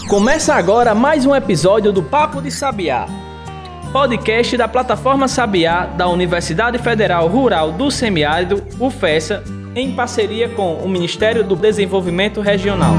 Começa agora mais um episódio do Papo de Sabiá, podcast da plataforma Sabiá da Universidade Federal Rural do Semiárido, UFESA, em parceria com o Ministério do Desenvolvimento Regional.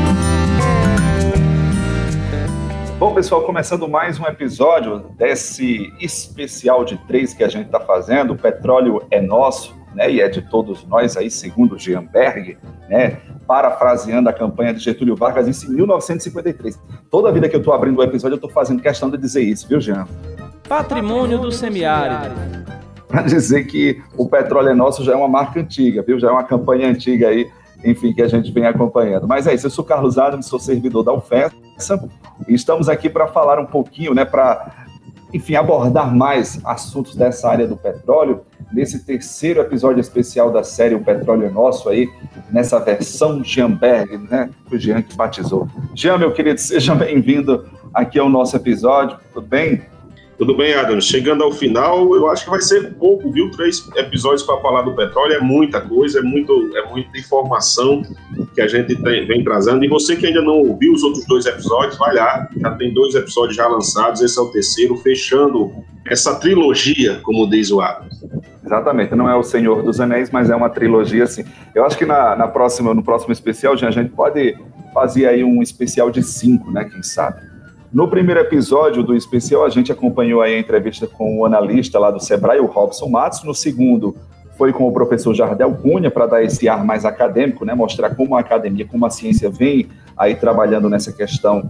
Bom, pessoal, começando mais um episódio desse especial de 3 que a gente está fazendo. O petróleo é nosso, né, e é de todos nós, aí, segundo Jean Berg, né, parafraseando a campanha de Getúlio Vargas em 1953. Toda vida que eu estou abrindo o episódio, eu estou fazendo questão de dizer isso, viu, Jean? Patrimônio do Semiárido. Para dizer que o petróleo é nosso já é uma marca antiga, viu? Já é uma campanha antiga aí, enfim, que a gente vem acompanhando. Mas é isso, eu sou Carlos Adams, sou servidor da UFESA e estamos aqui para falar um pouquinho, né, para, enfim, abordar mais assuntos dessa área do petróleo, nesse terceiro episódio especial da série O Petróleo é Nosso, aí, nessa versão Jean Berg, né? Foi o Jean que batizou. Jean, meu querido, seja bem-vindo aqui ao nosso episódio, tudo bem? Tudo bem, Adams. Chegando ao final, eu acho que vai ser pouco, viu? 3 episódios para falar do petróleo é muita coisa, é muita informação que a gente vem trazendo. E você que ainda não ouviu os outros 2 episódios, vai lá. Já tem 2 episódios já lançados, esse é o terceiro, fechando essa trilogia, como diz o Adams. Exatamente, não é o Senhor dos Anéis, mas é uma trilogia, assim. Eu acho que no próximo especial, já a gente pode fazer aí um especial de 5, né? Quem sabe? No primeiro episódio do especial, a gente acompanhou aí a entrevista com o analista lá do Sebrae, o Robson Matos. No segundo, foi com o professor Jardel Cunha, para dar esse ar mais acadêmico, né? Mostrar como a academia, como a ciência vem aí trabalhando nessa questão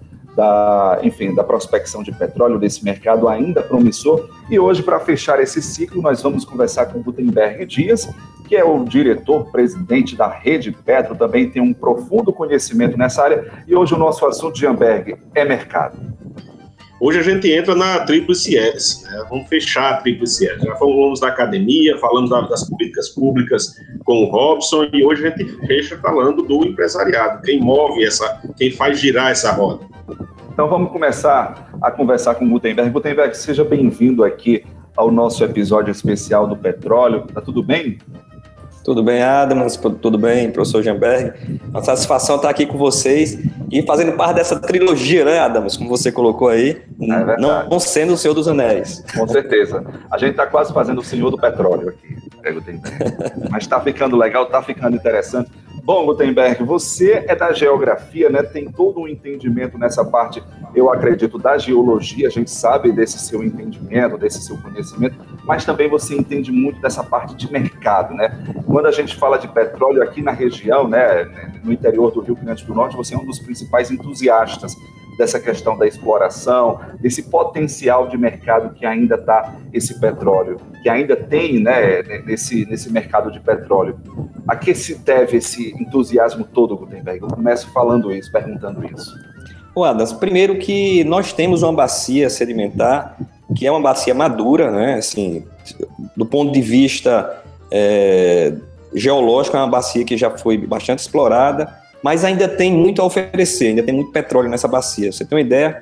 da prospecção de petróleo, desse mercado ainda promissor. E hoje, para fechar esse ciclo, nós vamos conversar com o Gutenberg Dias, que é o diretor-presidente da Rede Petro, também tem um profundo conhecimento nessa área. E hoje o nosso assunto, Jean Berg, é mercado. Hoje a gente entra na Tríplice S, né? Vamos fechar a Tríplice S. Já falamos da academia, falamos das políticas públicas com o Robson, e hoje a gente fecha falando do empresariado, quem quem faz girar essa roda. Então vamos começar a conversar com o Gutenberg. Gutenberg, seja bem-vindo aqui ao nosso episódio especial do petróleo. Tá tudo bem? Tudo bem, Adams, tudo bem, professor Jean Berg. Uma satisfação estar aqui com vocês e fazendo parte dessa trilogia, né, Adams, como você colocou aí, não sendo o Senhor dos Anéis. Com certeza. A gente está quase fazendo o Senhor do Petróleo aqui, mas está ficando legal, está ficando interessante. Bom, Gutenberg, você é da geografia, né? Tem todo um entendimento nessa parte, eu acredito, da geologia. A gente sabe desse seu entendimento, desse seu conhecimento, mas também você entende muito dessa parte de mercado, né? Quando a gente fala de petróleo aqui na região, né, no interior do Rio Grande do Norte, você é um dos principais entusiastas dessa questão da exploração, desse potencial de mercado que ainda está esse petróleo, que ainda tem, né, nesse mercado de petróleo. A que se deve esse entusiasmo todo, Gutenberg? Eu começo perguntando isso. Adams, primeiro que nós temos uma bacia sedimentar, que é uma bacia madura, né, assim, do ponto de vista geológico, é uma bacia que já foi bastante explorada, mas ainda tem muito a oferecer, ainda tem muito petróleo nessa bacia. Você tem uma ideia?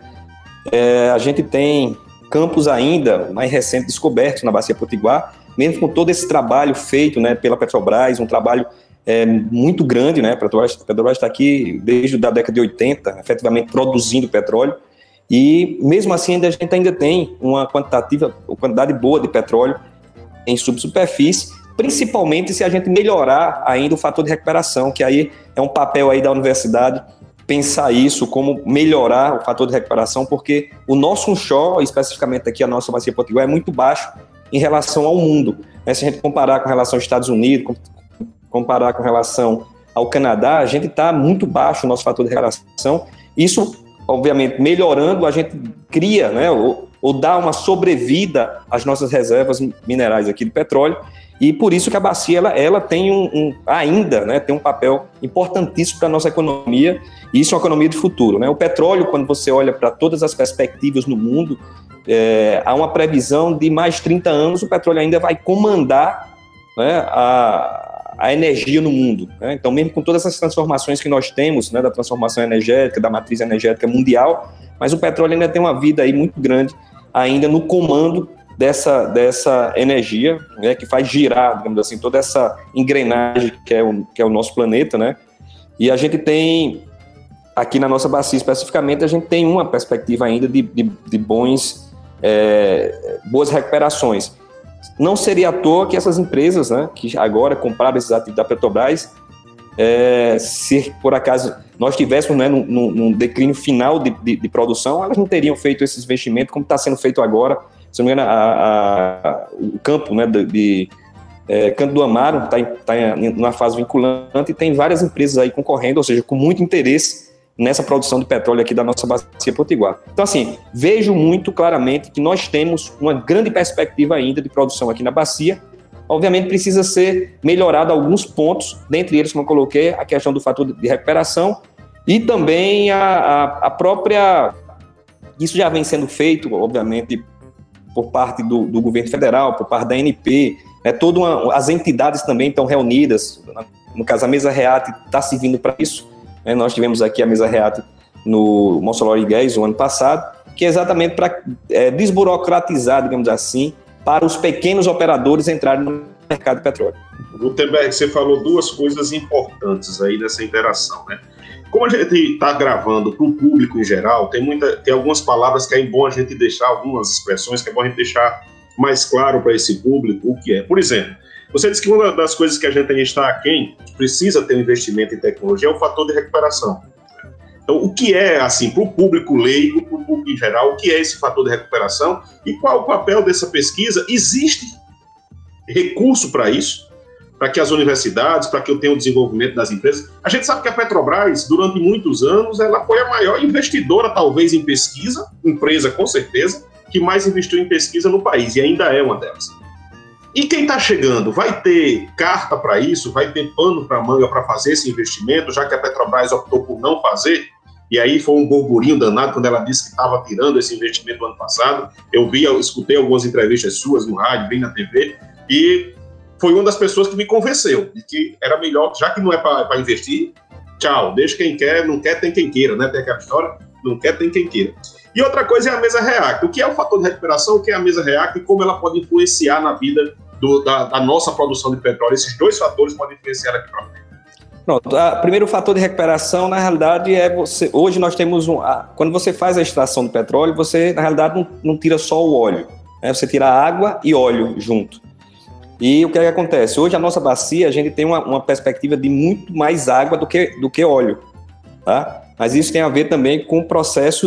A gente tem campos ainda mais recentes descobertos na Bacia Potiguar, mesmo com todo esse trabalho feito, né, pela Petrobras, um trabalho muito grande, né? A Petrobras está aqui desde a década de 80, efetivamente produzindo petróleo, e mesmo assim a gente ainda tem uma quantidade boa de petróleo em subsuperfície, principalmente se a gente melhorar ainda o fator de recuperação, que aí é um papel aí da universidade pensar isso, como melhorar o fator de recuperação, porque o nosso onshore, especificamente aqui a nossa Bacia Potiguar, é muito baixo em relação ao mundo. Se a gente comparar com relação aos Estados Unidos, comparar com relação ao Canadá, a gente está muito baixo o nosso fator de recuperação. Isso, obviamente, melhorando, a gente cria, né, ou dá uma sobrevida às nossas reservas minerais aqui de petróleo. E por isso que a bacia ela tem ainda, né, tem um papel importantíssimo para a nossa economia, e isso é uma economia de futuro, né? O petróleo, quando você olha para todas as perspectivas no mundo, há uma previsão de mais 30 anos, o petróleo ainda vai comandar, né, a energia no mundo, né? Então, mesmo com todas essas transformações que nós temos, né, da transformação energética, da matriz energética mundial, mas o petróleo ainda tem uma vida aí muito grande ainda no comando dessa energia, né, que faz girar, digamos assim, toda essa engrenagem que é o nosso planeta, né? E a gente tem aqui na nossa bacia especificamente, a gente tem uma perspectiva ainda de boas recuperações. Não seria à toa que essas empresas, né, que agora compraram esses ativos da Petrobras, se por acaso nós tivéssemos, né, num declínio final de produção, elas não teriam feito esse investimento como está sendo feito agora. Se não me engano, o campo, né, Canto do Amaro está numa fase vinculante e tem várias empresas aí concorrendo, ou seja, com muito interesse nessa produção de petróleo aqui da nossa bacia potiguar. Então, assim, vejo muito claramente que nós temos uma grande perspectiva ainda de produção aqui na bacia. Obviamente precisa ser melhorado alguns pontos, dentre eles, como eu coloquei, a questão do fator de recuperação e também a própria... Isso já vem sendo feito, obviamente, por parte do governo federal, por parte da ANP, as entidades também estão reunidas, no caso a Mesa REAT está servindo para isso, né? Nós tivemos aqui a Mesa REAT no Mossoró e Gués o ano passado, que é exatamente para desburocratizar, digamos assim, para os pequenos operadores entrarem no mercado de petróleo. Gutenberg, você falou duas coisas importantes aí nessa interação, né? Como a gente está gravando para o público em geral, tem algumas palavras que é bom a gente deixar, algumas expressões que é bom a gente deixar mais claro para esse público o que é. Por exemplo, você disse que uma das coisas que a gente está aquém, precisa ter um investimento em tecnologia, é o fator de recuperação. Então, o que é, assim, para o público leigo, para o público em geral, o que é esse fator de recuperação e qual o papel dessa pesquisa? Existe recurso para isso? Para que as universidades, para que eu tenha o desenvolvimento das empresas. A gente sabe que a Petrobras, durante muitos anos, ela foi a maior investidora, talvez, em pesquisa, empresa com certeza, que mais investiu em pesquisa no país, e ainda é uma delas. E quem está chegando, vai ter carta para isso, vai ter pano para manga para fazer esse investimento, já que a Petrobras optou por não fazer, e aí foi um burburinho danado quando ela disse que estava tirando esse investimento no ano passado. Eu escutei algumas entrevistas suas no rádio, bem na TV, e foi uma das pessoas que me convenceu de que era melhor, já que não é para investir, tchau, deixa quem quer, não quer, tem quem queira, né? Tem aquela história, não quer, tem quem queira. E outra coisa é a Mesa REACT. O que é o fator de recuperação, o que é a Mesa REACT e como ela pode influenciar na vida da nossa produção de petróleo. Esses dois fatores podem influenciar aqui para frente. Pronto. Primeiro fator de recuperação, na realidade, hoje nós temos quando você faz a extração do petróleo, você, na realidade, não tira só o óleo, né? Você tira água e óleo junto. E o que acontece? Hoje, a nossa bacia, a gente tem uma perspectiva de muito mais água do que óleo, tá? Mas isso tem a ver também com o processo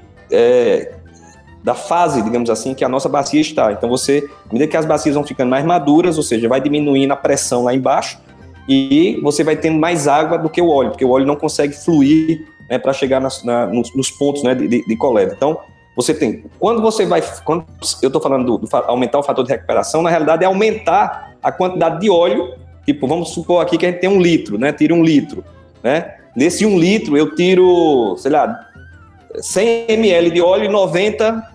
da fase, digamos assim, que a nossa bacia está. Então, à medida que as bacias vão ficando mais maduras, ou seja, vai diminuindo a pressão lá embaixo e você vai tendo mais água do que o óleo, porque o óleo não consegue fluir, né, para chegar nos pontos, né, de coleta. Então, quando eu estou falando do aumentar o fator de recuperação, na realidade é aumentar a quantidade de óleo. Tipo, vamos supor aqui que a gente tem 1 litro, né? Tira 1 litro, né? Nesse 1 litro eu tiro, sei lá, 100 ml de óleo e 90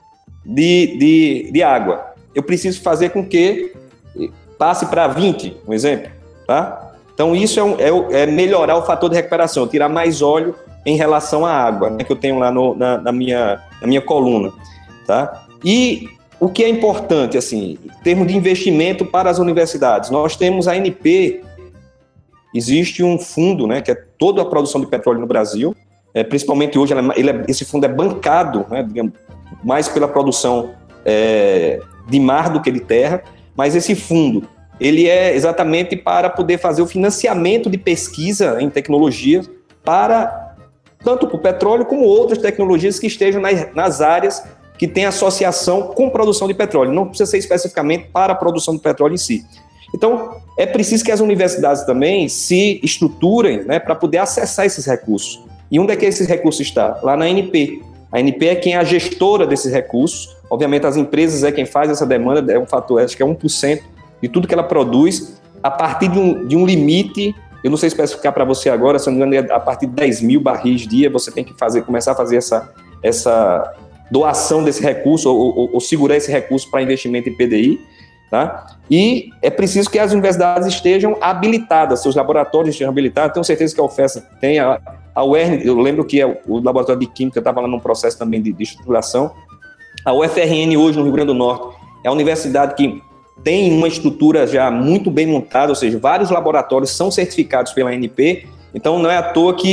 de água. Eu preciso fazer com que passe para 20, um exemplo, tá? Então isso é melhorar o fator de recuperação, tirar mais óleo em relação à água, né, que eu tenho lá na minha coluna, tá? E o que é importante, assim, em termos de investimento para as universidades, nós temos a ANP, existe um fundo, né, que é toda a produção de petróleo no Brasil, principalmente hoje esse fundo é bancado, né, digamos, mais pela produção de mar do que de terra, mas esse fundo, ele é exatamente para poder fazer o financiamento de pesquisa em tecnologia tanto para o petróleo como outras tecnologias que estejam nas áreas que têm associação com produção de petróleo. Não precisa ser especificamente para a produção de petróleo em si. Então, é preciso que as universidades também se estruturem, né, para poder acessar esses recursos. E onde é que esses recursos estão? Lá na ANP. A ANP é quem é a gestora desses recursos. Obviamente, as empresas é quem faz essa demanda, é um fator, acho que é 1% de tudo que ela produz, a partir de um limite. Eu não sei especificar para você agora, se não me engano, a partir de 10 mil barris dia, você tem que começar a fazer essa doação desse recurso, ou segurar esse recurso para investimento em PDI, tá? E é preciso que as universidades estejam habilitadas, seus laboratórios estejam habilitados. Tenho certeza que a UFESA tem, a UERN, eu lembro que o laboratório de Química estava lá num processo também de estruturação. A UFRN hoje, no Rio Grande do Norte, é a universidade que tem uma estrutura já muito bem montada, ou seja, vários laboratórios são certificados pela ANP, então não é à toa que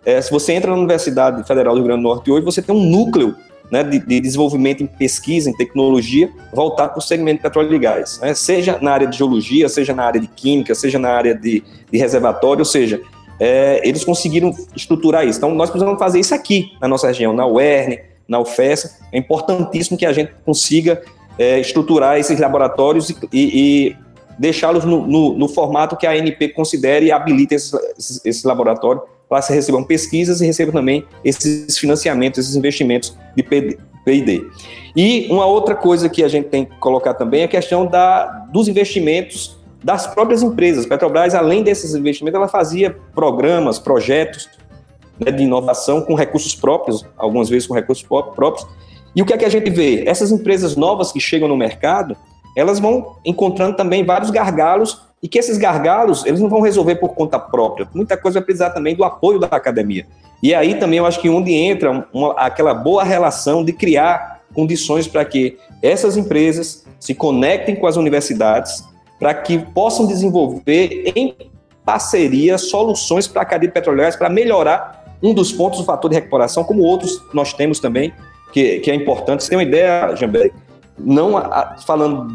se você entra na Universidade Federal do Rio Grande do Norte hoje, você tem um núcleo, né, de desenvolvimento em pesquisa, em tecnologia, voltado para o segmento de petróleo e gás, né? Seja na área de geologia, seja na área de química, seja na área de reservatório, ou seja, eles conseguiram estruturar isso. Então, nós precisamos fazer isso aqui na nossa região, na UERN, na UFESA. É importantíssimo que a gente consiga estruturar esses laboratórios e deixá-los no formato que a ANP considere e habilite esse laboratório para que recebam pesquisas e recebam também esses financiamentos, esses investimentos de P&D. E uma outra coisa que a gente tem que colocar também é a questão dos investimentos das próprias empresas. Petrobras, além desses investimentos, ela fazia programas, projetos, né, de inovação com recursos próprios, algumas vezes com recursos próprios. E o que é que a gente vê? Essas empresas novas que chegam no mercado, elas vão encontrando também vários gargalos, e que esses gargalos, eles não vão resolver por conta própria. Muita coisa vai precisar também do apoio da academia. E aí também eu acho que onde entra aquela boa relação de criar condições para que essas empresas se conectem com as universidades, para que possam desenvolver em parceria soluções para a cadeia de petroleiras, para melhorar um dos pontos do fator de recuperação, como outros nós temos também, que é importante. Você tem uma ideia, Jamberg? Não falando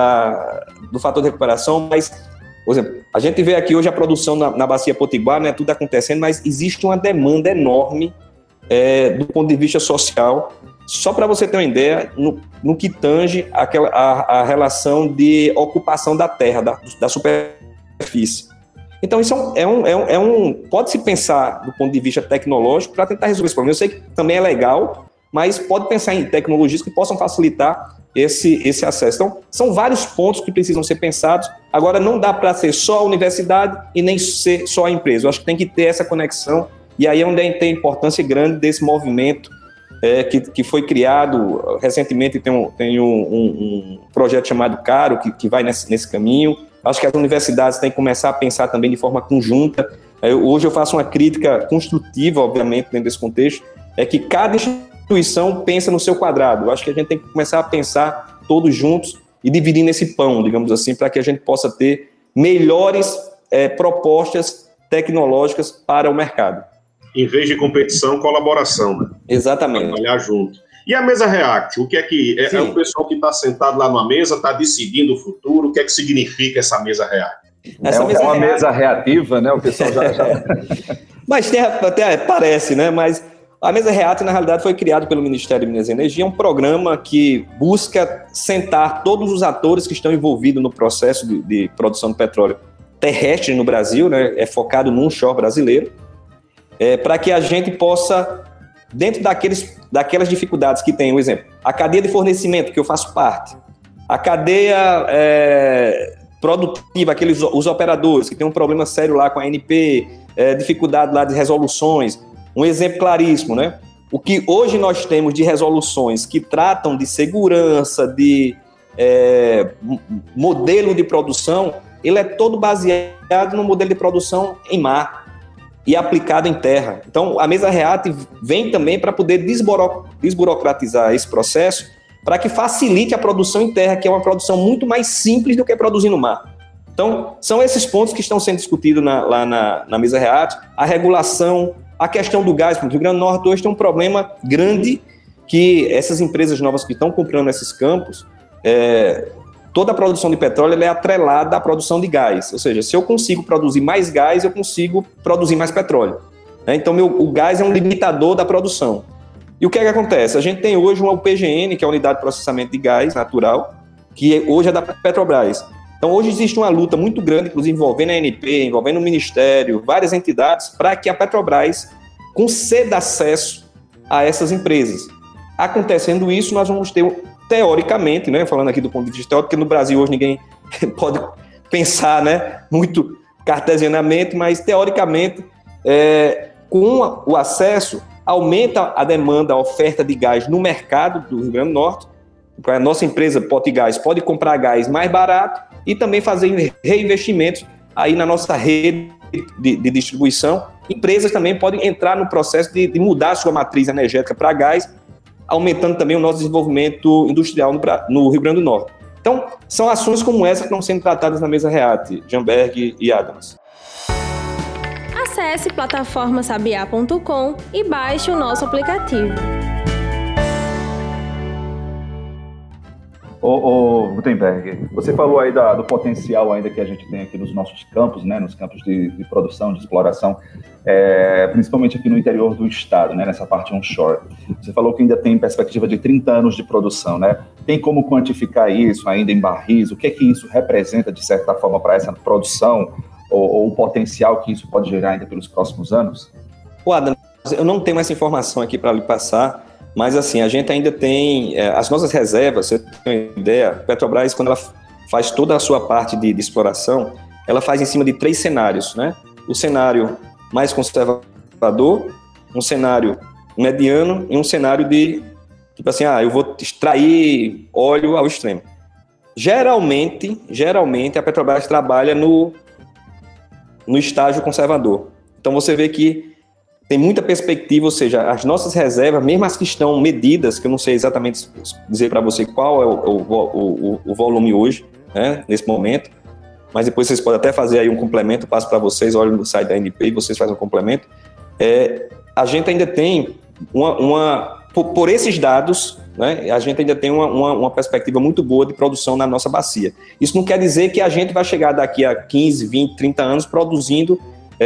do fator de recuperação, mas, por exemplo, a gente vê aqui hoje a produção na Bacia Potiguar, né, tudo acontecendo, mas existe uma demanda enorme do ponto de vista social. Só para você ter uma ideia, no que tange a relação de ocupação da terra, da superfície. Então, isso pode-se pensar do ponto de vista tecnológico para tentar resolver esse problema. Eu sei que também é legal, mas pode pensar em tecnologias que possam facilitar esse acesso. Então, são vários pontos que precisam ser pensados. Agora, não dá para ser só a universidade e nem ser só a empresa. Eu acho que tem que ter essa conexão, e aí é onde tem importância grande desse movimento que foi criado recentemente. Tem um projeto chamado CARO, que vai nesse caminho. Acho que as universidades têm que começar a pensar também de forma conjunta. Hoje eu faço uma crítica construtiva, obviamente, dentro desse contexto, é que cada instituição pensa no seu quadrado. Eu acho que a gente tem que começar a pensar todos juntos e dividir nesse pão, digamos assim, para que a gente possa ter melhores propostas tecnológicas para o mercado. Em vez de competição, colaboração, né? Exatamente. Trabalhar junto. E a mesa React, o que é que é o pessoal que está sentado lá numa mesa, está decidindo o futuro? O que é que significa essa mesa React? Uma mesa reativa, né? O pessoal já... Mas até parece, né? Mas a mesa React, na realidade, foi criada pelo Ministério de Minas e Energia, um programa que busca sentar todos os atores que estão envolvidos no processo de produção de petróleo terrestre no Brasil, né? É focado no onshore brasileiro, para que a gente possa, dentro daquelas dificuldades que tem, por exemplo, a cadeia de fornecimento, que eu faço parte, a cadeia produtiva, os operadores que tem um problema sério lá com a ANP, dificuldade lá de resoluções. Um exemplo claríssimo, né? O que hoje nós temos de resoluções que tratam de segurança, de modelo de produção, ele é todo baseado no modelo de produção em mar e aplicado em terra. Então, a mesa React vem também para poder desburocratizar esse processo, para que facilite a produção em terra, que é uma produção muito mais simples do que produzir no mar. Então, são esses pontos que estão sendo discutidos lá na mesa React, a regulação, a questão do gás. Porque o Rio Grande do Norte hoje tem um problema grande, que essas empresas novas que estão comprando esses campos, toda a produção de petróleo é atrelada à produção de gás. Ou seja, se eu consigo produzir mais gás, eu consigo produzir mais petróleo. Então, o gás é um limitador da produção. E o que é que acontece? A gente tem hoje uma UPGN, que é a Unidade de Processamento de Gás Natural, que hoje é da Petrobras. Então, hoje existe uma luta muito grande, inclusive envolvendo a ANP, envolvendo o Ministério, várias entidades, para que a Petrobras conceda acesso a essas empresas. Acontecendo isso, nós vamos ter, teoricamente, né, falando aqui do ponto de vista teórico, porque no Brasil hoje ninguém pode pensar, né, muito cartesianamente, mas teoricamente, com o acesso, aumenta a demanda, a oferta de gás no mercado do Rio Grande do Norte. A nossa empresa Potigás pode comprar gás mais barato e também fazer reinvestimentos aí na nossa rede de distribuição. Empresas também podem entrar no processo de mudar a sua matriz energética para gás, aumentando também o nosso desenvolvimento industrial no Rio Grande do Norte. Então, são ações como essa que estão sendo tratadas na mesa React, Jamberg e Adams. Acesse plataformasabiá.com e baixe o nosso aplicativo. Ô Gutenberg, você falou aí do potencial ainda que a gente tem aqui nos nossos campos, né, nos campos de produção, de exploração, principalmente aqui no interior do estado, né, nessa parte onshore. Você falou que ainda tem perspectiva de 30 anos de produção, né? Tem como quantificar isso ainda em barris? O que é que isso representa, de certa forma, para essa produção ou o potencial que isso pode gerar ainda pelos próximos anos? Adam, eu não tenho essa informação aqui para lhe passar, mas assim, a gente ainda tem as nossas reservas. Você tem uma ideia, a Petrobras, quando ela faz toda a sua parte de exploração, ela faz em cima de 3 cenários, né? O cenário mais conservador, um cenário mediano e um cenário de, tipo assim, eu vou extrair óleo ao extremo. Geralmente a Petrobras trabalha no estágio conservador. Então você vê que tem muita perspectiva, ou seja, as nossas reservas, mesmo as que estão medidas, que eu não sei exatamente dizer para você qual é o volume hoje, né, nesse momento, mas depois vocês podem até fazer aí um complemento, passo para vocês, olhem no site da ANP e vocês fazem um complemento. A gente ainda tem por esses dados, né, a gente ainda tem uma perspectiva muito boa de produção na nossa bacia. Isso não quer dizer que a gente vai chegar daqui a 15, 20, 30 anos produzindo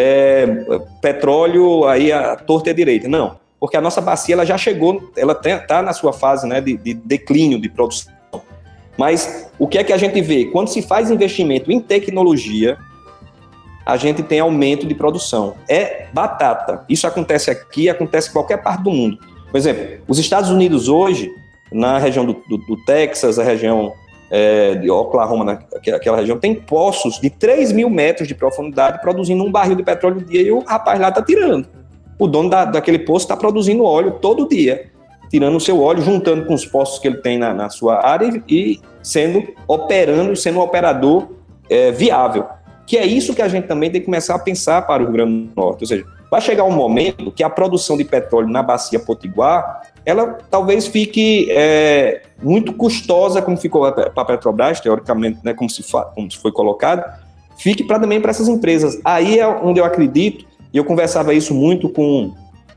petróleo aí à torta e à direita. Não, porque a nossa bacia ela já chegou, ela está na sua fase, né, de declínio de produção. Mas o que é que a gente vê? Quando se faz investimento em tecnologia, a gente tem aumento de produção. É batata. Isso acontece aqui, acontece em qualquer parte do mundo. Por exemplo, os Estados Unidos hoje, na região do Texas, a região de Oklahoma, aquela região, tem poços de 3 mil metros de profundidade produzindo um barril de petróleo por dia e o rapaz lá está tirando. O dono daquele poço está produzindo óleo todo dia, tirando o seu óleo, juntando com os poços que ele tem na sua área e sendo um operador viável. Que é isso que a gente também tem que começar a pensar para o Rio Grande do Norte. Ou seja, vai chegar um momento que a produção de petróleo na bacia Potiguar, ela talvez fique muito custosa, como ficou para a Petrobras, teoricamente, né, como se foi colocado, fique também para essas empresas. Aí é onde eu acredito, e eu conversava isso muito com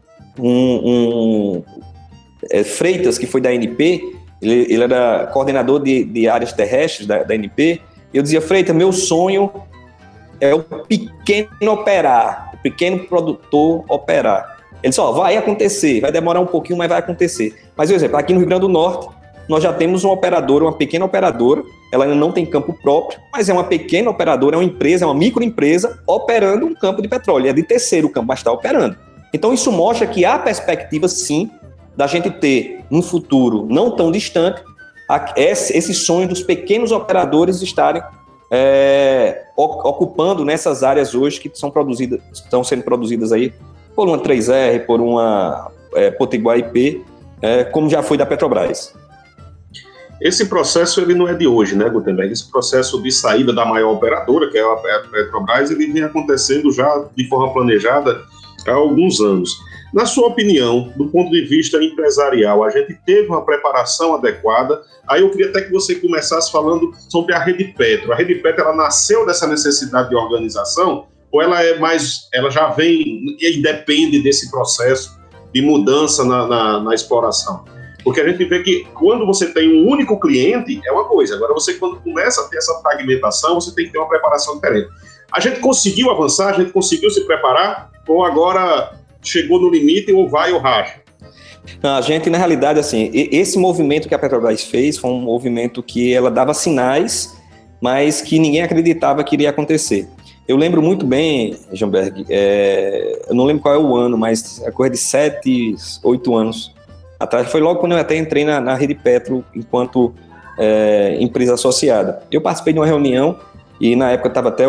Freitas, que foi da ANP, ele era coordenador de áreas terrestres da ANP, e eu dizia, Freitas, meu sonho é o pequeno operar, o pequeno produtor operar. Ele disse, vai acontecer, vai demorar um pouquinho, mas vai acontecer. Mas, por exemplo, aqui no Rio Grande do Norte, nós já temos uma operadora, uma pequena operadora, ela ainda não tem campo próprio, mas é uma pequena operadora, é uma empresa, é uma microempresa operando um campo de petróleo. É de terceiro campo, mas está operando. Então, isso mostra que há perspectiva, sim, da gente ter, um futuro não tão distante, esse sonho dos pequenos operadores estarem ocupando nessas áreas hoje que estão sendo produzidas aí por uma 3R, por uma Potiguar IP, como já foi da Petrobras. Esse processo ele não é de hoje, né, Gutenberg? Esse processo de saída da maior operadora, que é a Petrobras, ele vem acontecendo já de forma planejada há alguns anos. Na sua opinião, do ponto de vista empresarial, a gente teve uma preparação adequada? Aí eu queria até que você começasse falando sobre a Rede Petro. A Rede Petro, ela nasceu dessa necessidade de organização ou ela já vem e depende desse processo de mudança na exploração? Porque a gente vê que quando você tem um único cliente, é uma coisa. Agora, você quando começa a ter essa fragmentação, você tem que ter uma preparação diferente. A gente conseguiu avançar, a gente conseguiu se preparar, ou agora chegou no limite, ou vai ou racha? Não, a gente, na realidade, assim, esse movimento que a Petrobras fez foi um movimento que ela dava sinais, mas que ninguém acreditava que iria acontecer. Eu lembro muito bem, Johnberg, eu não lembro qual é o ano, mas a coisa de 7, 8 anos atrás, foi logo quando eu até entrei na Rede Petro enquanto empresa associada. Eu participei de uma reunião e na época estava até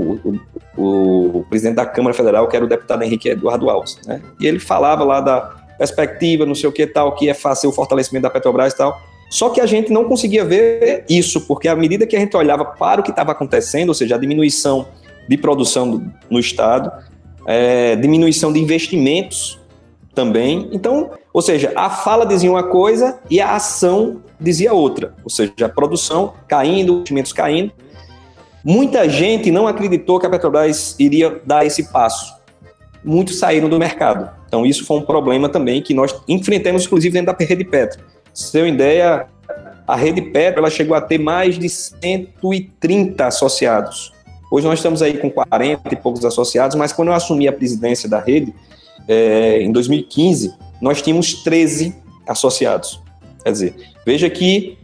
o presidente da Câmara Federal, que era o deputado Henrique Eduardo Alves, né? E ele falava lá da perspectiva, não sei o que tal, que ia fazer o fortalecimento da Petrobras e tal. Só que a gente não conseguia ver isso, porque à medida que a gente olhava para o que estava acontecendo, ou seja, a diminuição de produção no Estado, diminuição de investimentos também. Então, ou seja, a fala dizia uma coisa e a ação dizia outra. Ou seja, a produção caindo, investimentos caindo. Muita gente não acreditou que a Petrobras iria dar esse passo. muitos saíram do mercado. Então, isso foi um problema também que nós enfrentamos, inclusive, dentro da Rede Petro. Pra você ter uma ideia, a Rede Petro ela chegou a ter mais de 130 associados. Hoje nós estamos aí com 40 e poucos associados, mas quando eu assumi a presidência da rede, em 2015, nós tínhamos 13 associados. Quer dizer, veja que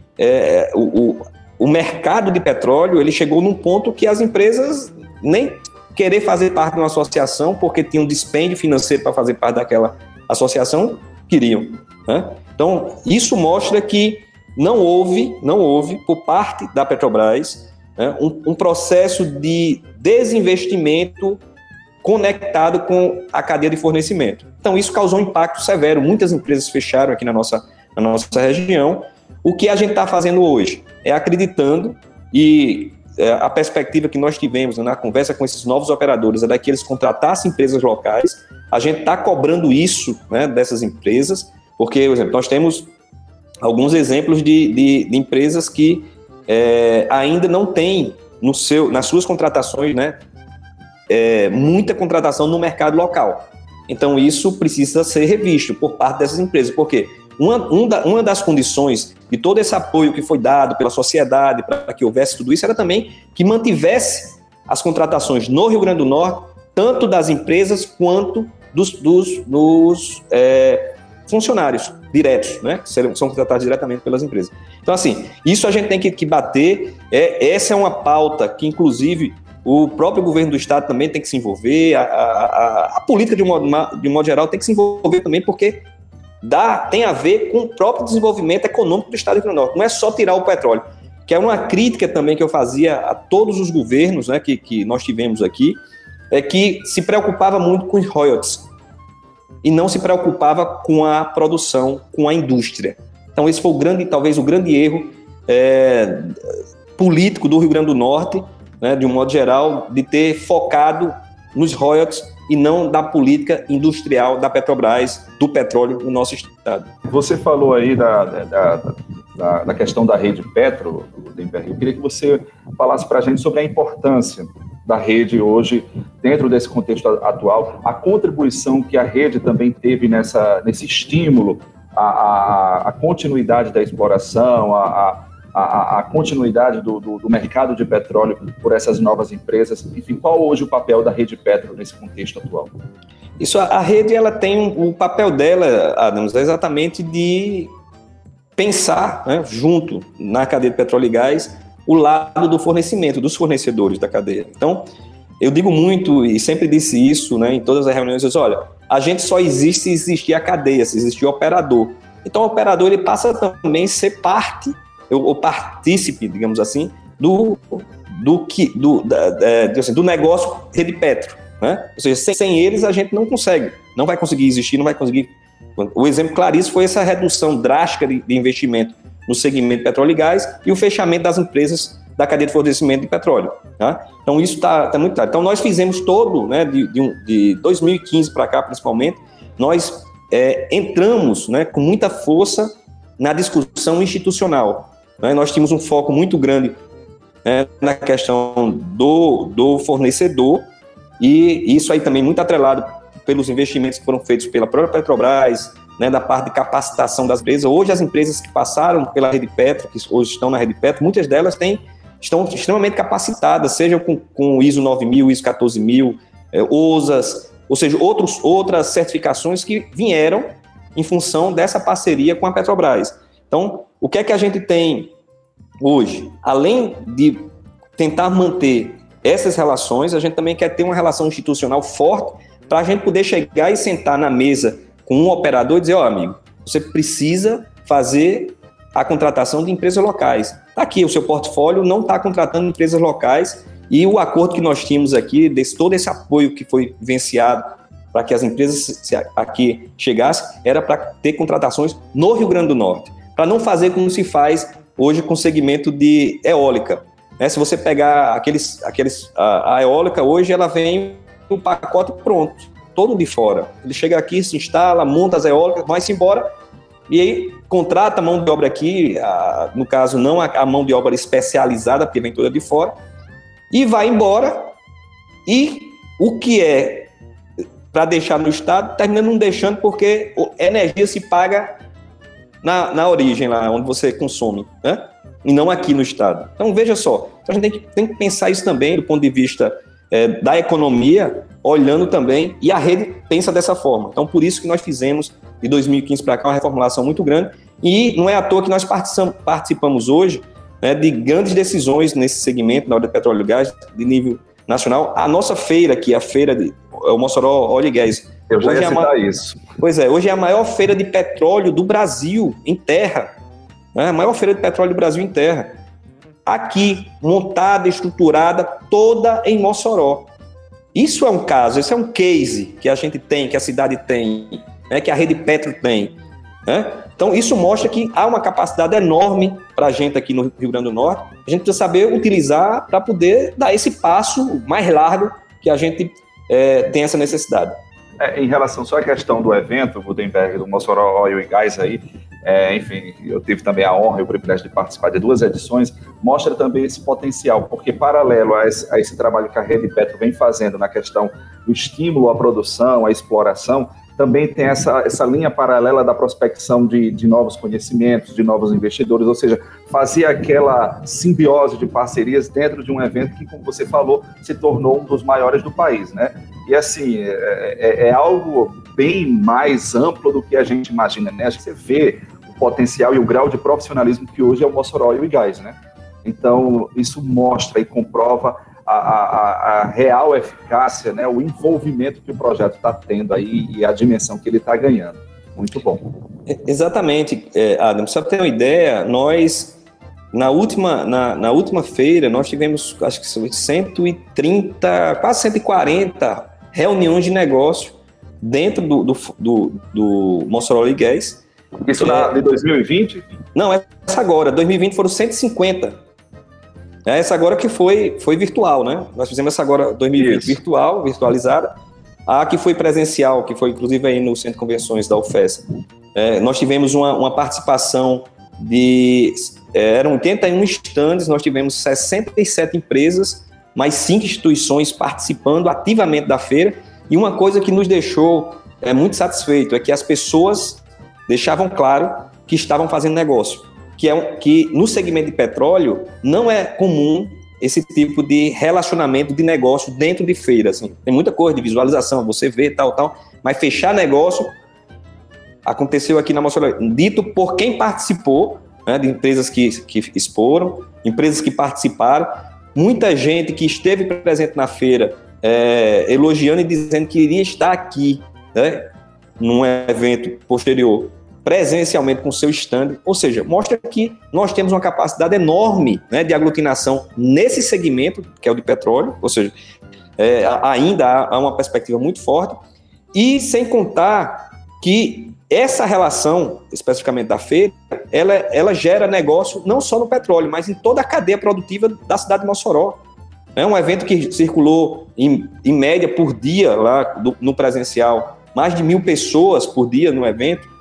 o mercado de petróleo ele chegou num ponto que as empresas nem querer fazer parte de uma associação, porque tinham um dispêndio financeiro para fazer parte daquela associação, queriam. Né? Então, isso mostra que não houve, por parte da Petrobras, né, um processo de desinvestimento conectado com a cadeia de fornecimento. Então, isso causou um impacto severo. Muitas empresas fecharam aqui na nossa região. O que a gente está fazendo hoje é acreditando e a perspectiva que nós tivemos na conversa com esses novos operadores é que eles contratassem empresas locais. A gente está cobrando isso, né, dessas empresas, porque, por exemplo, nós temos alguns exemplos de empresas que ainda não têm nas suas contratações, né, muita contratação no mercado local. Então, isso precisa ser revisto por parte dessas empresas, porque uma das condições de todo esse apoio que foi dado pela sociedade para que houvesse tudo isso era também que mantivesse as contratações no Rio Grande do Norte, tanto das empresas quanto dos funcionários diretos, né, que são contratados diretamente pelas empresas. Então, assim, isso a gente tem que bater. Essa é uma pauta que, inclusive, o próprio governo do estado também tem que se envolver, a política, de um modo geral, tem que se envolver também, porque tem a ver com o próprio desenvolvimento econômico do estado do Rio Grande do Norte. Não é só tirar o petróleo, que é uma crítica também que eu fazia a todos os governos, né, que nós tivemos aqui, é que se preocupava muito com os royalties e não se preocupava com a produção, com a indústria. Então, esse foi talvez o grande erro político do Rio Grande do Norte, né, de um modo geral, de ter focado nos royalties e não da política industrial da Petrobras, do petróleo no nosso estado. Você falou aí da questão da rede Petro, eu queria que você falasse para a gente sobre a importância da rede hoje, dentro desse contexto atual, a contribuição que a rede também teve nesse estímulo à continuidade da exploração, a continuidade do mercado de petróleo por essas novas empresas. Enfim, qual hoje o papel da rede Petro nesse contexto atual? Isso, a rede ela tem o papel dela, Adams, é exatamente de pensar, né, junto na cadeia de petróleo e gás, o lado do fornecimento, dos fornecedores da cadeia. Então, eu digo muito, e sempre disse isso, né, em todas as reuniões, eu digo, olha, a gente só existe se existir a cadeia, se existir o operador. Então, o operador ele passa também a ser parte, ou partícipe, digamos assim, do negócio Rede Petro. Né? Ou seja, sem eles a gente não vai conseguir existir, não vai conseguir. O exemplo claríssimo foi essa redução drástica de investimento no segmento de petróleo e gás e o fechamento das empresas da cadeia de fornecimento de petróleo. Tá? Então, isso está muito claro. Então, nós fizemos todo, né, de 2015 para cá, principalmente, nós entramos, né, com muita força na discussão institucional. Né? Nós tínhamos um foco muito grande, né, na questão do fornecedor, e isso aí também muito atrelado pelos investimentos que foram feitos pela própria Petrobras, né, da parte de capacitação das empresas. Hoje, as empresas que passaram pela Rede Petro, que hoje estão na Rede Petro, muitas delas estão extremamente capacitadas, seja com o ISO 9000, ISO 14000, OSAS, ou seja, outras certificações que vieram em função dessa parceria com a Petrobras. Então, o que é que a gente tem hoje? Além de tentar manter essas relações, a gente também quer ter uma relação institucional forte para a gente poder chegar e sentar na mesa com um operador e dizer, amigo, você precisa fazer a contratação de empresas locais. Aqui, o seu portfólio não está contratando empresas locais e o acordo que nós tínhamos aqui, todo esse apoio que foi vivenciado para que as empresas aqui chegassem, era para ter contratações no Rio Grande do Norte, para não fazer como se faz hoje com o segmento de eólica. Se você pegar a eólica hoje, ela vem o pacote pronto, todo de fora. Ele chega aqui, se instala, monta as eólicas, vai-se embora e aí contrata a mão de obra aqui, no caso não a mão de obra especializada, porque vem toda de fora, e vai embora. E o que é para deixar no Estado, termina não deixando porque a energia se paga na origem, lá onde você consome, né? E não aqui no Estado. Então, veja só, a gente tem que pensar isso também do ponto de vista da economia, olhando também, e a rede pensa dessa forma. Então, por isso que nós fizemos, de 2015 para cá, uma reformulação muito grande, e não é à toa que nós participamos hoje, né, de grandes decisões nesse segmento, na área de petróleo e gás, de nível nacional. A nossa feira aqui, a feira o Mossoró Óleo e Gás. Eu já ia citar isso. Pois é, hoje é a maior feira de petróleo do Brasil, em terra. A maior feira de petróleo do Brasil em terra. Aqui, montada, estruturada, toda em Mossoró. Isso é um caso, esse é um case que a gente tem, que a cidade tem, né, que a Rede Petro tem. Né? Então, isso mostra que há uma capacidade enorme para a gente aqui no Rio Grande do Norte. A gente precisa saber utilizar para poder dar esse passo mais largo que a gente tem essa necessidade. Em relação só à questão do evento, Gutenberg, do Mossoró Óleo e Gás aí, enfim, eu tive também a honra e o privilégio de participar de 2 edições, mostra também esse potencial, porque paralelo a esse trabalho que a Rede Petro vem fazendo na questão do estímulo à produção, à exploração, também tem essa linha paralela da prospecção de novos conhecimentos, de novos investidores, ou seja, fazer aquela simbiose de parcerias dentro de um evento que, como você falou, se tornou um dos maiores do país, né? E assim, é algo bem mais amplo do que a gente imagina, né? Acho que você vê o potencial e o grau de profissionalismo que hoje é o Mossoró Óleo e Gás, né? Então, isso mostra e comprova a real eficácia, né, o envolvimento que o projeto está tendo aí e a dimensão que ele está ganhando. Muito bom. Exatamente, Adam. Só para ter uma ideia, nós, na última feira, nós tivemos, acho que 130, quase 140 reuniões de negócio dentro do Mossoró Óleo e Gás. Isso de 2020? Não, essa agora. 2020 foram 150. Essa agora que foi virtual, né? Nós fizemos essa agora 2020 virtualizada. A que foi presencial, que foi inclusive aí no Centro de Convenções da UFES. Nós tivemos uma participação eram 81 estandes, nós tivemos 67 empresas, mais 5 instituições participando ativamente da feira. E uma coisa que nos deixou muito satisfeito é que as pessoas deixavam claro que estavam fazendo negócio. Que no segmento de petróleo não é comum esse tipo de relacionamento de negócio dentro de feira. Assim. Tem muita coisa de visualização, você vê tal, mas fechar negócio aconteceu aqui na Mossoró, dito por quem participou, né, de empresas que exporam, empresas que participaram, muita gente que esteve presente na feira elogiando e dizendo que iria estar aqui, né, num evento posterior, presencialmente com o seu stand, ou seja, mostra que nós temos uma capacidade enorme, né, de aglutinação nesse segmento, que é o de petróleo, ou seja, ainda há uma perspectiva muito forte, e sem contar que essa relação, especificamente da feira, ela gera negócio não só no petróleo, mas em toda a cadeia produtiva da cidade de Mossoró. É um evento que circulou em média por dia lá no presencial, mais de 1.000 pessoas por dia no evento,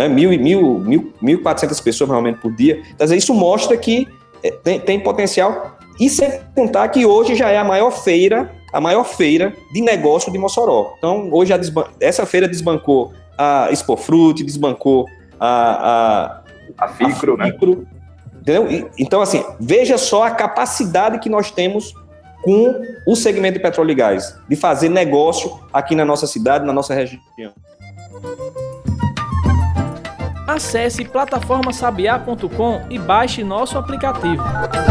1.400 pessoas normalmente por dia. Então, isso mostra que tem potencial, e sem contar que hoje já é a maior feira de negócio de Mossoró. Então, hoje essa feira desbancou a Expofruit, desbancou a Ficro, né? Entendeu? Então, assim, veja só a capacidade que nós temos com o segmento de petróleo e gás, de fazer negócio aqui na nossa cidade, na nossa região. Acesse plataformasabiá.com e baixe nosso aplicativo.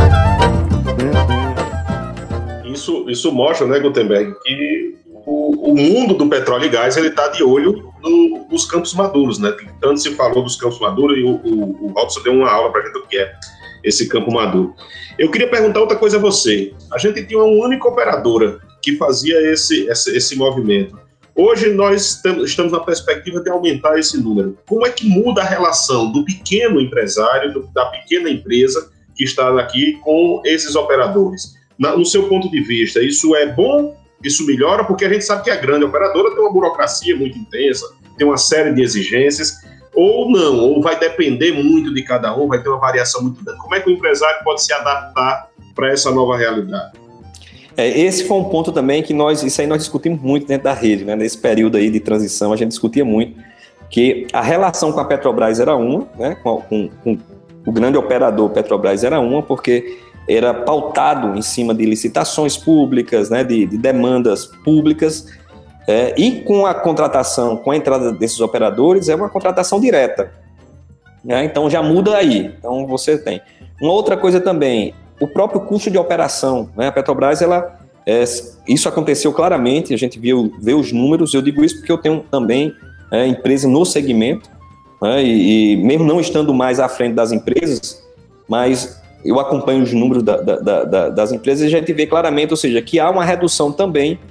Isso mostra, né, Gutenberg, que o mundo do petróleo e gás está de olho nos campos maduros, né? Tanto se falou dos campos maduros e o Robson deu uma aula para a gente do que é esse campo maduro. Eu queria perguntar outra coisa a você. A gente tinha uma única operadora que fazia esse movimento. Hoje nós estamos na perspectiva de aumentar esse número. Como é que muda a relação do pequeno empresário, da pequena empresa que está aqui com esses operadores? No seu ponto de vista, isso é bom? Isso melhora? Porque a gente sabe que a grande operadora tem uma burocracia muito intensa, tem uma série de exigências, ou não, ou vai depender muito de cada um, vai ter uma variação muito grande. Como é que o empresário pode se adaptar para essa nova realidade? Esse foi um ponto também que isso aí nós discutimos muito dentro da rede, né? Nesse período aí de transição, a gente discutia muito que a relação com a Petrobras era uma, né? Com o grande operador Petrobras era uma, porque era pautado em cima de licitações públicas, né? De demandas públicas, e com a contratação, com a entrada desses operadores, é uma contratação direta, né? Então já muda aí. Então você tem. Uma outra coisa também, o próprio custo de operação, né? A Petrobras, isso aconteceu claramente, a gente vê os números, eu digo isso porque eu tenho também empresa no segmento, né? E mesmo não estando mais à frente das empresas, mas eu acompanho os números das empresas e a gente vê claramente, ou seja, que há uma redução também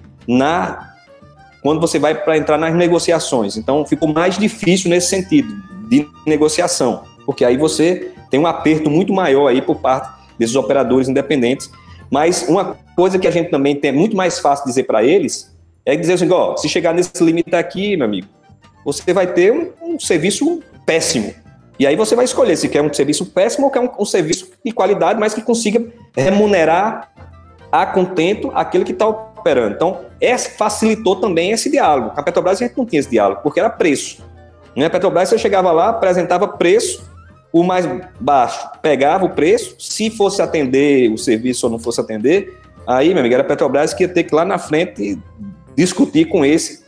quando você vai para entrar nas negociações. Então, ficou mais difícil nesse sentido de negociação, porque aí você tem um aperto muito maior aí por parte desses operadores independentes. Mas uma coisa que a gente também tem muito mais fácil dizer para eles é dizer assim, se chegar nesse limite aqui, meu amigo, você vai ter um serviço péssimo. E aí você vai escolher se quer um serviço péssimo ou quer um serviço de qualidade, mas que consiga remunerar a contento aquele que está operando. Então, facilitou também esse diálogo. A Petrobras a gente não tinha esse diálogo, porque era preço. Né? A Petrobras, você chegava lá, apresentava preço, o mais baixo pegava o preço, se fosse atender o serviço ou não fosse atender, aí, meu amigo, era a Petrobras que ia ter que ir lá na frente discutir com esse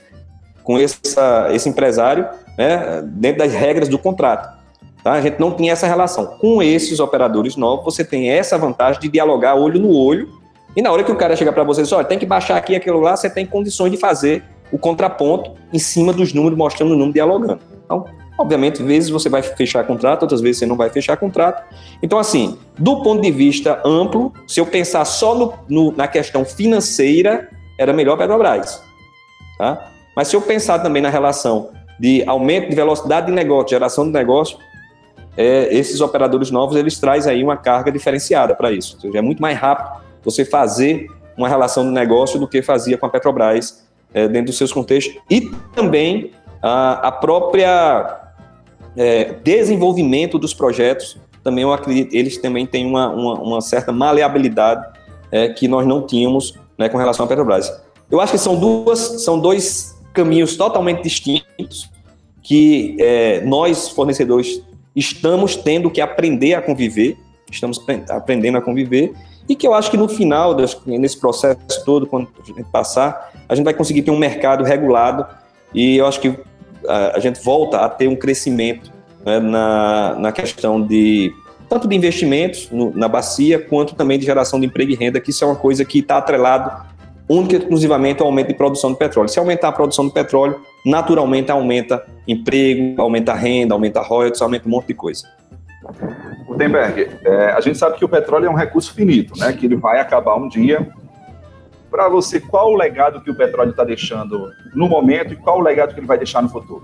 empresário, né, dentro das regras do contrato. Tá? A gente não tinha essa relação. Com esses operadores novos, você tem essa vantagem de dialogar olho no olho, e na hora que o cara chega para você e diz, olha, tem que baixar aqui aquilo lá, você tem condições de fazer o contraponto em cima dos números, mostrando o número, dialogando. Então, obviamente, às vezes você vai fechar contrato, outras vezes você não vai fechar contrato. Então, assim, do ponto de vista amplo, se eu pensar só na questão financeira, era melhor a Petrobras. Tá? Mas se eu pensar também na relação de aumento de velocidade de negócio, geração de negócio, esses operadores novos, eles trazem aí uma carga diferenciada para isso. Ou seja, é muito mais rápido você fazer uma relação de negócio do que fazia com a Petrobras dentro dos seus contextos. E também a própria desenvolvimento dos projetos, também eu acredito, eles também têm uma certa maleabilidade que nós não tínhamos, né, com relação à Petrobras. Eu acho que são dois caminhos totalmente distintos que nós, fornecedores, estamos tendo que aprender a conviver, estamos aprendendo a conviver, e que eu acho que no final, nesse processo todo, quando a gente passar, a gente vai conseguir ter um mercado regulado, e eu acho que a gente volta a ter um crescimento, né, na questão tanto de investimentos na bacia, quanto também de geração de emprego e renda, que isso é uma coisa que está atrelado única e exclusivamente ao aumento de produção de petróleo. Se aumentar a produção de petróleo, naturalmente aumenta emprego, aumenta a renda, aumenta royalties, aumenta um monte de coisa. Gutenberg, a gente sabe que o petróleo é um recurso finito, né? Que ele vai acabar um dia. Para você, qual o legado que o petróleo está deixando no momento e qual o legado que ele vai deixar no futuro?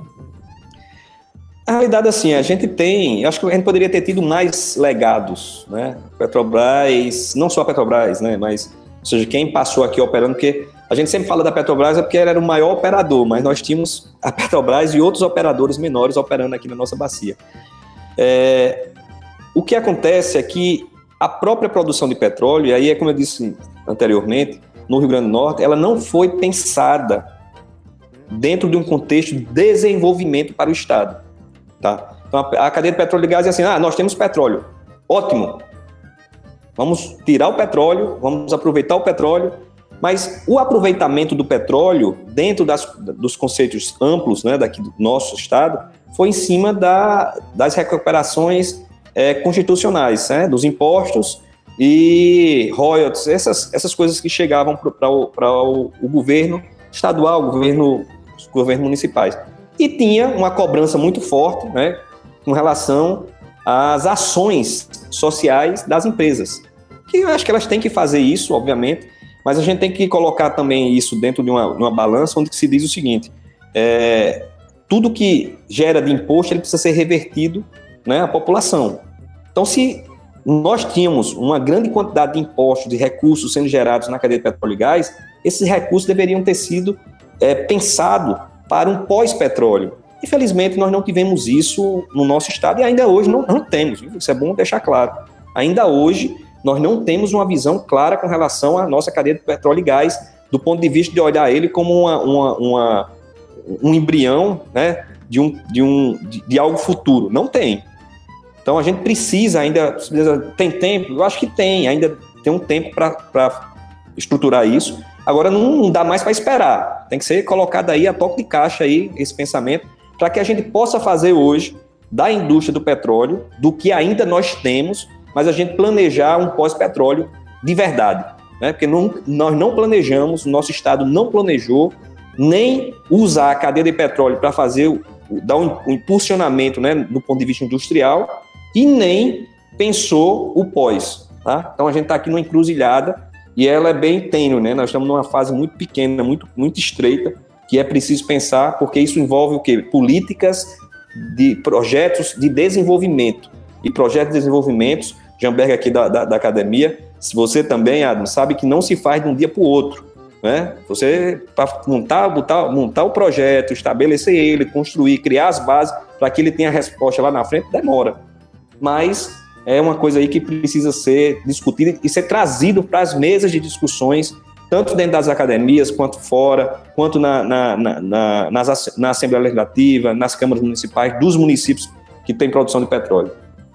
A realidade, assim, acho que a gente poderia ter tido mais legados, né? Petrobras, não só a Petrobras, né? Mas, ou seja, quem passou aqui operando, porque a gente sempre fala da Petrobras porque ela era o maior operador, mas nós tínhamos a Petrobras e outros operadores menores operando aqui na nossa bacia. O que acontece é que a própria produção de petróleo, e aí é como eu disse anteriormente, no Rio Grande do Norte, ela não foi pensada dentro de um contexto de desenvolvimento para o Estado. Tá? Então, a cadeia de petróleo e gás é assim, nós temos petróleo, ótimo, vamos tirar o petróleo, vamos aproveitar o petróleo, mas o aproveitamento do petróleo, dentro dos conceitos amplos, né, daqui do nosso Estado, foi em cima das recuperações constitucionais, né, dos impostos e royalties, essas coisas que chegavam para o governo estadual, os governos municipais. E tinha uma cobrança muito forte, né, com relação às ações sociais das empresas. Que eu acho que elas têm que fazer isso, obviamente, mas a gente tem que colocar também isso dentro de uma balança onde se diz o seguinte, tudo que gera de imposto, ele precisa ser revertido, né, à população. Então, se nós tínhamos uma grande quantidade de impostos, de recursos sendo gerados na cadeia de petróleo e gás, esses recursos deveriam ter sido pensados para um pós-petróleo. Infelizmente, nós não tivemos isso no nosso Estado e ainda hoje não temos. Isso é bom deixar claro. Ainda hoje, nós não temos uma visão clara com relação à nossa cadeia de petróleo e gás, do ponto de vista de olhar ele como um embrião, né, de algo futuro. Não tem. Então a gente precisa ainda... Tem tempo? Eu acho que tem. Ainda tem um tempo para estruturar isso. Agora não dá mais para esperar. Tem que ser colocado aí a toque de caixa aí, esse pensamento, para que a gente possa fazer hoje da indústria do petróleo, do que ainda nós temos, mas a gente planejar um pós-petróleo de verdade, né? Porque nós não planejamos, o nosso Estado não planejou nem usar a cadeia de petróleo para dar um impulsionamento, né, do ponto de vista industrial, e nem pensou o pós. Tá? Então a gente está aqui numa encruzilhada e ela é bem tênue, né? Nós estamos numa fase muito pequena, muito estreita, que é preciso pensar, porque isso envolve o quê? Políticas de projetos de desenvolvimento. E projetos de desenvolvimento, Jamberg aqui da academia, se você também, Adam, sabe que não se faz de um dia para o outro. Né? Você, para montar o projeto, estabelecer ele, construir, criar as bases para que ele tenha a resposta lá na frente, demora. Mas é uma coisa aí que precisa ser discutida e ser trazido para as mesas de discussões, tanto dentro das academias, quanto fora, quanto na Assembleia Legislativa, nas câmaras municipais, dos municípios que têm produção de petróleo.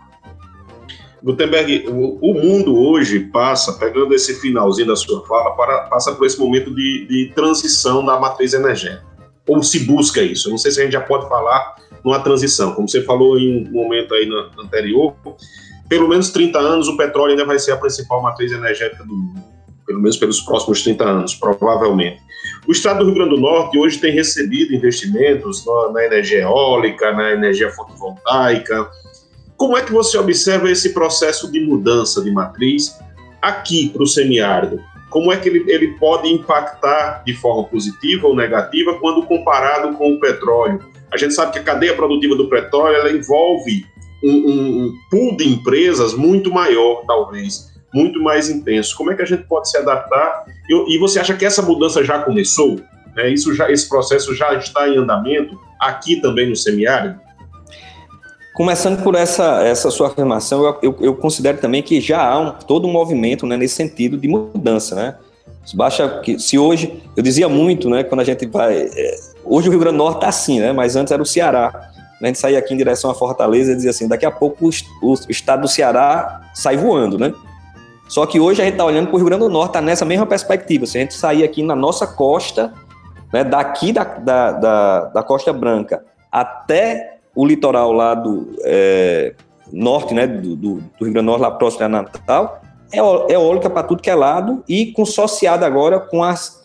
Gutenberg, o mundo hoje passa, pegando esse finalzinho da sua fala, passa por esse momento de transição da matriz energética. Ou se busca isso? Eu não sei se a gente já pode falar numa transição. Como você falou em um momento aí anterior, pelo menos 30 anos o petróleo ainda vai ser a principal matriz energética do mundo. Pelo menos pelos próximos 30 anos, provavelmente. O estado do Rio Grande do Norte hoje tem recebido investimentos na energia eólica, na energia fotovoltaica. Como é que você observa esse processo de mudança de matriz aqui para o semiárido? Como é que ele pode impactar de forma positiva ou negativa quando comparado com o petróleo? A gente sabe que a cadeia produtiva do petróleo ela envolve um pool de empresas muito maior, talvez, muito mais intenso. Como é que a gente pode se adaptar? E você acha que essa mudança já começou? Esse processo já está em andamento aqui também no semiárido? Começando por essa sua afirmação, eu considero também que já há todo um movimento, né, nesse sentido de mudança, né? Basta que se hoje, eu dizia muito, né, quando a gente vai... hoje o Rio Grande do Norte está assim, né, mas antes era o Ceará. A gente saía aqui em direção à Fortaleza e dizia assim, daqui a pouco o estado do Ceará sai voando, né? Só que hoje a gente está olhando para o Rio Grande do Norte, está nessa mesma perspectiva. Se a gente sair aqui na nossa costa, né, daqui da Costa Branca até o litoral lá do norte, né, do Rio Grande do Norte, lá próximo de Natal, é eólica para tudo que é lado e consociada agora com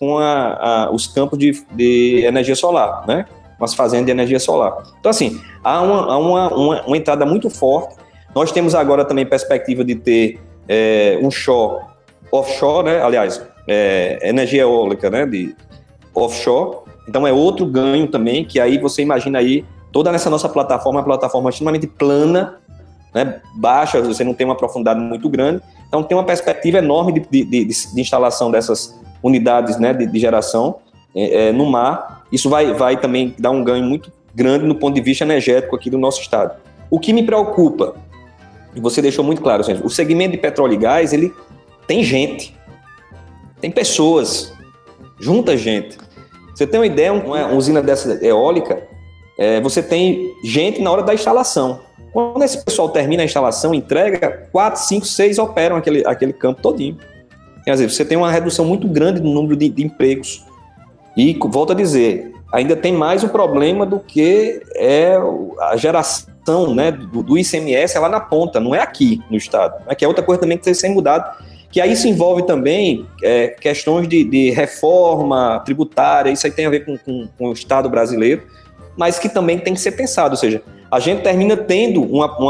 os campos de energia solar, né? Umas fazendas de energia solar. Então, assim, há uma entrada muito forte. Nós temos agora também perspectiva de ter um offshore, né? Aliás, energia eólica, né? De offshore. Então, é outro ganho também, que aí você imagina aí toda essa nossa plataforma, uma plataforma extremamente plana, né? Baixa, você não tem uma profundidade muito grande. Então, tem uma perspectiva enorme de instalação dessas unidades, né? de geração no mar. Isso vai também dar um ganho muito grande no ponto de vista energético aqui do nosso estado. O que me preocupa, e você deixou muito claro, assim, o segmento de petróleo e gás, ele tem gente, tem pessoas, junta gente. Você tem uma ideia, uma usina dessa eólica, você tem gente na hora da instalação. Quando esse pessoal termina a instalação, entrega, 4, 5, 6 operam aquele campo todinho. Quer dizer, você tem uma redução muito grande no número de empregos. E, volto a dizer, ainda tem mais um problema do que a geração, né, do ICMS lá na ponta, não é aqui no estado. Que é outra coisa também que tem que ser mudada, que aí se envolve também questões de reforma tributária, isso aí tem a ver com o estado brasileiro, mas que também tem que ser pensado, ou seja, a gente termina tendo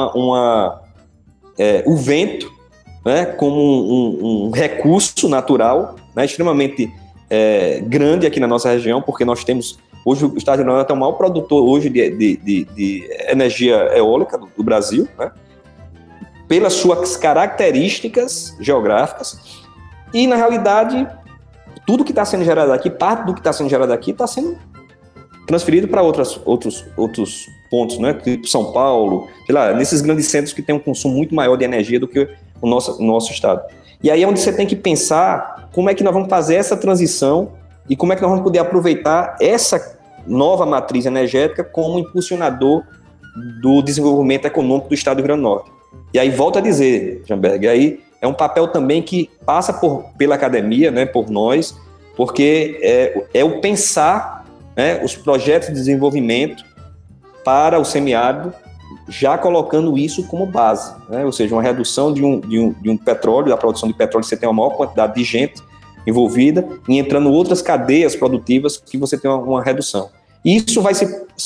o vento, né, como um recurso natural, né, extremamente grande aqui na nossa região, porque nós temos, hoje o estado de Rio Grande do Norte é o maior produtor hoje de energia eólica do Brasil, né, pelas suas características geográficas, e na realidade tudo que está sendo gerado aqui, parte do que está sendo gerado aqui está sendo transferido para outros pontos, né, tipo São Paulo, sei lá, nesses grandes centros que tem um consumo muito maior de energia do que o nosso estado. E aí é onde você tem que pensar como é que nós vamos fazer essa transição e como é que nós vamos poder aproveitar essa nova matriz energética como impulsionador do desenvolvimento econômico do estado do Rio Grande do Norte. E aí, volto a dizer, Jamberg, aí é um papel também que passa pela academia, né, por nós, porque é o pensar, né, os projetos de desenvolvimento para o semiárido, já colocando isso como base, né, ou seja, uma redução de um petróleo, da produção de petróleo, você tem uma maior quantidade de gente envolvida, e entrando outras cadeias produtivas que você tem uma redução. Isso vai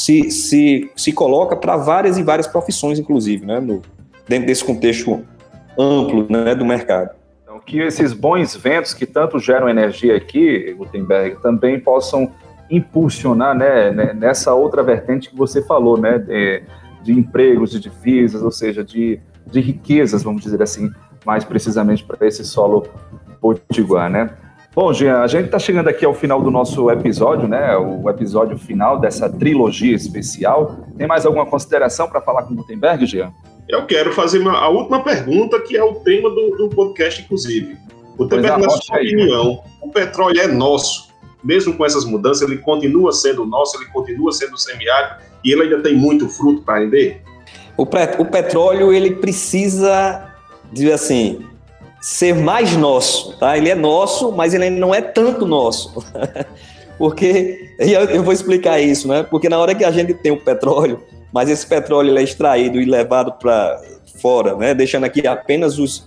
se coloca para várias e várias profissões, inclusive, né, dentro desse contexto amplo, né, do mercado. Então, que esses bons ventos que tanto geram energia aqui, Gutenberg, também possam impulsionar, né, nessa outra vertente que você falou, né, de empregos, de divisas, ou seja, de riquezas, vamos dizer assim, mais precisamente para esse solo potiguar, né? Bom, Jean, a gente está chegando aqui ao final do nosso episódio, né? O episódio final dessa trilogia especial. Tem mais alguma consideração para falar com o Gutenberg, Jean? Eu quero fazer a última pergunta, que é o tema do podcast, inclusive. Gutenberg, na sua opinião, o petróleo é nosso? Mesmo com essas mudanças, ele continua sendo nosso, ele continua sendo semiárido e ele ainda tem muito fruto para render? O petróleo, ele precisa, dizer assim, ser mais nosso, tá? Ele é nosso, mas ele não é tanto nosso. Porque, eu vou explicar isso, né? Porque na hora que a gente tem o petróleo, mas esse petróleo ele é extraído e levado para fora, né? Deixando aqui apenas os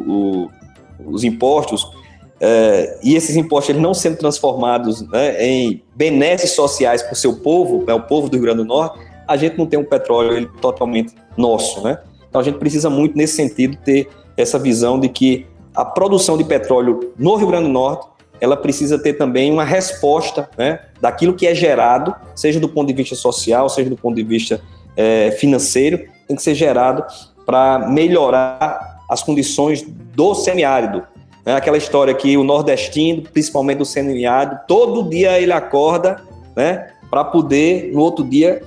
impostos, e esses impostos eles não sendo transformados, né, em benesses sociais para o seu povo, né, o povo do Rio Grande do Norte, a gente não tem um petróleo ele, totalmente nosso, né? Então a gente precisa muito, nesse sentido, ter essa visão de que a produção de petróleo no Rio Grande do Norte, ela precisa ter também uma resposta, né, daquilo que é gerado, seja do ponto de vista social, seja do ponto de vista financeiro, tem que ser gerado para melhorar as condições do semiárido. Né? Aquela história que o nordestino, principalmente o semiárido, todo dia ele acorda, né, para poder, no outro dia,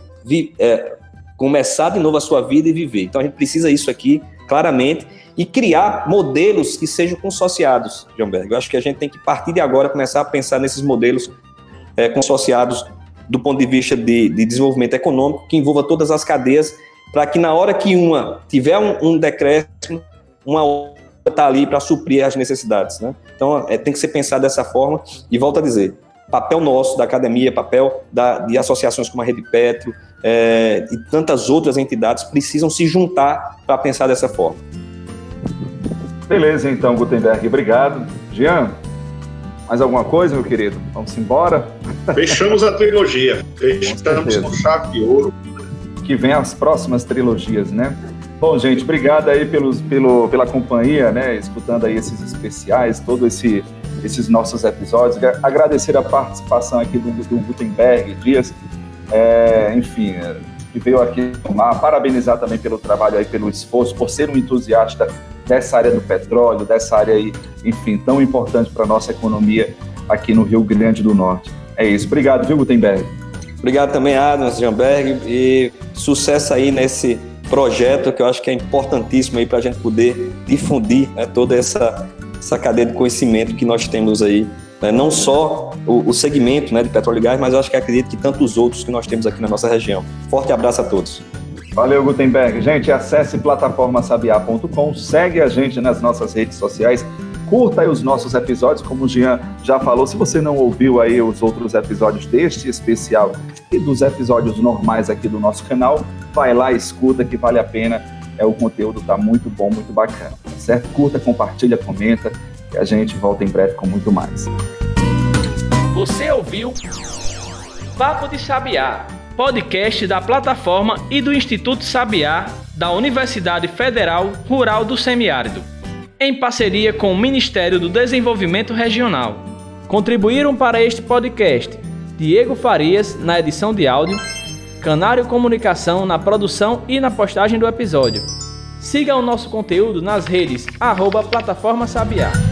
começar de novo a sua vida e viver. Então a gente precisa isso aqui, claramente, e criar modelos que sejam consociados, Jamberg. Eu acho que a gente tem que, a partir de agora, começar a pensar nesses modelos consociados do ponto de vista de desenvolvimento econômico, que envolva todas as cadeias, para que na hora que uma tiver um decréscimo, uma outra está ali para suprir as necessidades, né? Então, tem que ser pensado dessa forma, e volto a dizer, papel nosso, da academia, papel de associações como a Rede Petro, e tantas outras entidades precisam se juntar para pensar dessa forma. Beleza, então, Gutenberg, obrigado. Jean, mais alguma coisa, meu querido? Vamos embora? Fechamos a trilogia. Estamos com chave de ouro. Que vem as próximas trilogias, né? Bom, gente, obrigado aí pela companhia, né? Escutando aí esses especiais, todos esses nossos episódios. Agradecer a participação aqui do Gutenberg Dias, enfim, que veio aqui parabenizar também pelo trabalho aí, pelo esforço, por ser um entusiasta dessa área do petróleo, dessa área aí, enfim, tão importante para a nossa economia aqui no Rio Grande do Norte. É isso. Obrigado, viu, Gutenberg? Obrigado também, Adams, Jamberg, e sucesso aí nesse projeto que eu acho que é importantíssimo aí para a gente poder difundir, né, toda essa cadeia de conhecimento que nós temos aí, né, não só o segmento, né, de petróleo e gás, mas eu acho que acredito que tantos outros que nós temos aqui na nossa região. Forte abraço a todos. Valeu, Gutenberg. Gente, acesse plataformasabiá.com, segue a gente nas nossas redes sociais, curta aí os nossos episódios, como o Jean já falou. Se você não ouviu aí os outros episódios deste especial e dos episódios normais aqui do nosso canal, vai lá, escuta, que vale a pena. O conteúdo tá muito bom, muito bacana, tá certo? Curta, compartilha, comenta, e a gente volta em breve com muito mais. Você ouviu Papo de Sabiá, podcast da plataforma e do Instituto Sabiá da Universidade Federal Rural do Semiárido, em parceria com o Ministério do Desenvolvimento Regional. Contribuíram para este podcast Diego Farias na edição de áudio, Canário Comunicação na produção e na postagem do episódio. Siga o nosso conteúdo nas redes @plataforma Sabiá.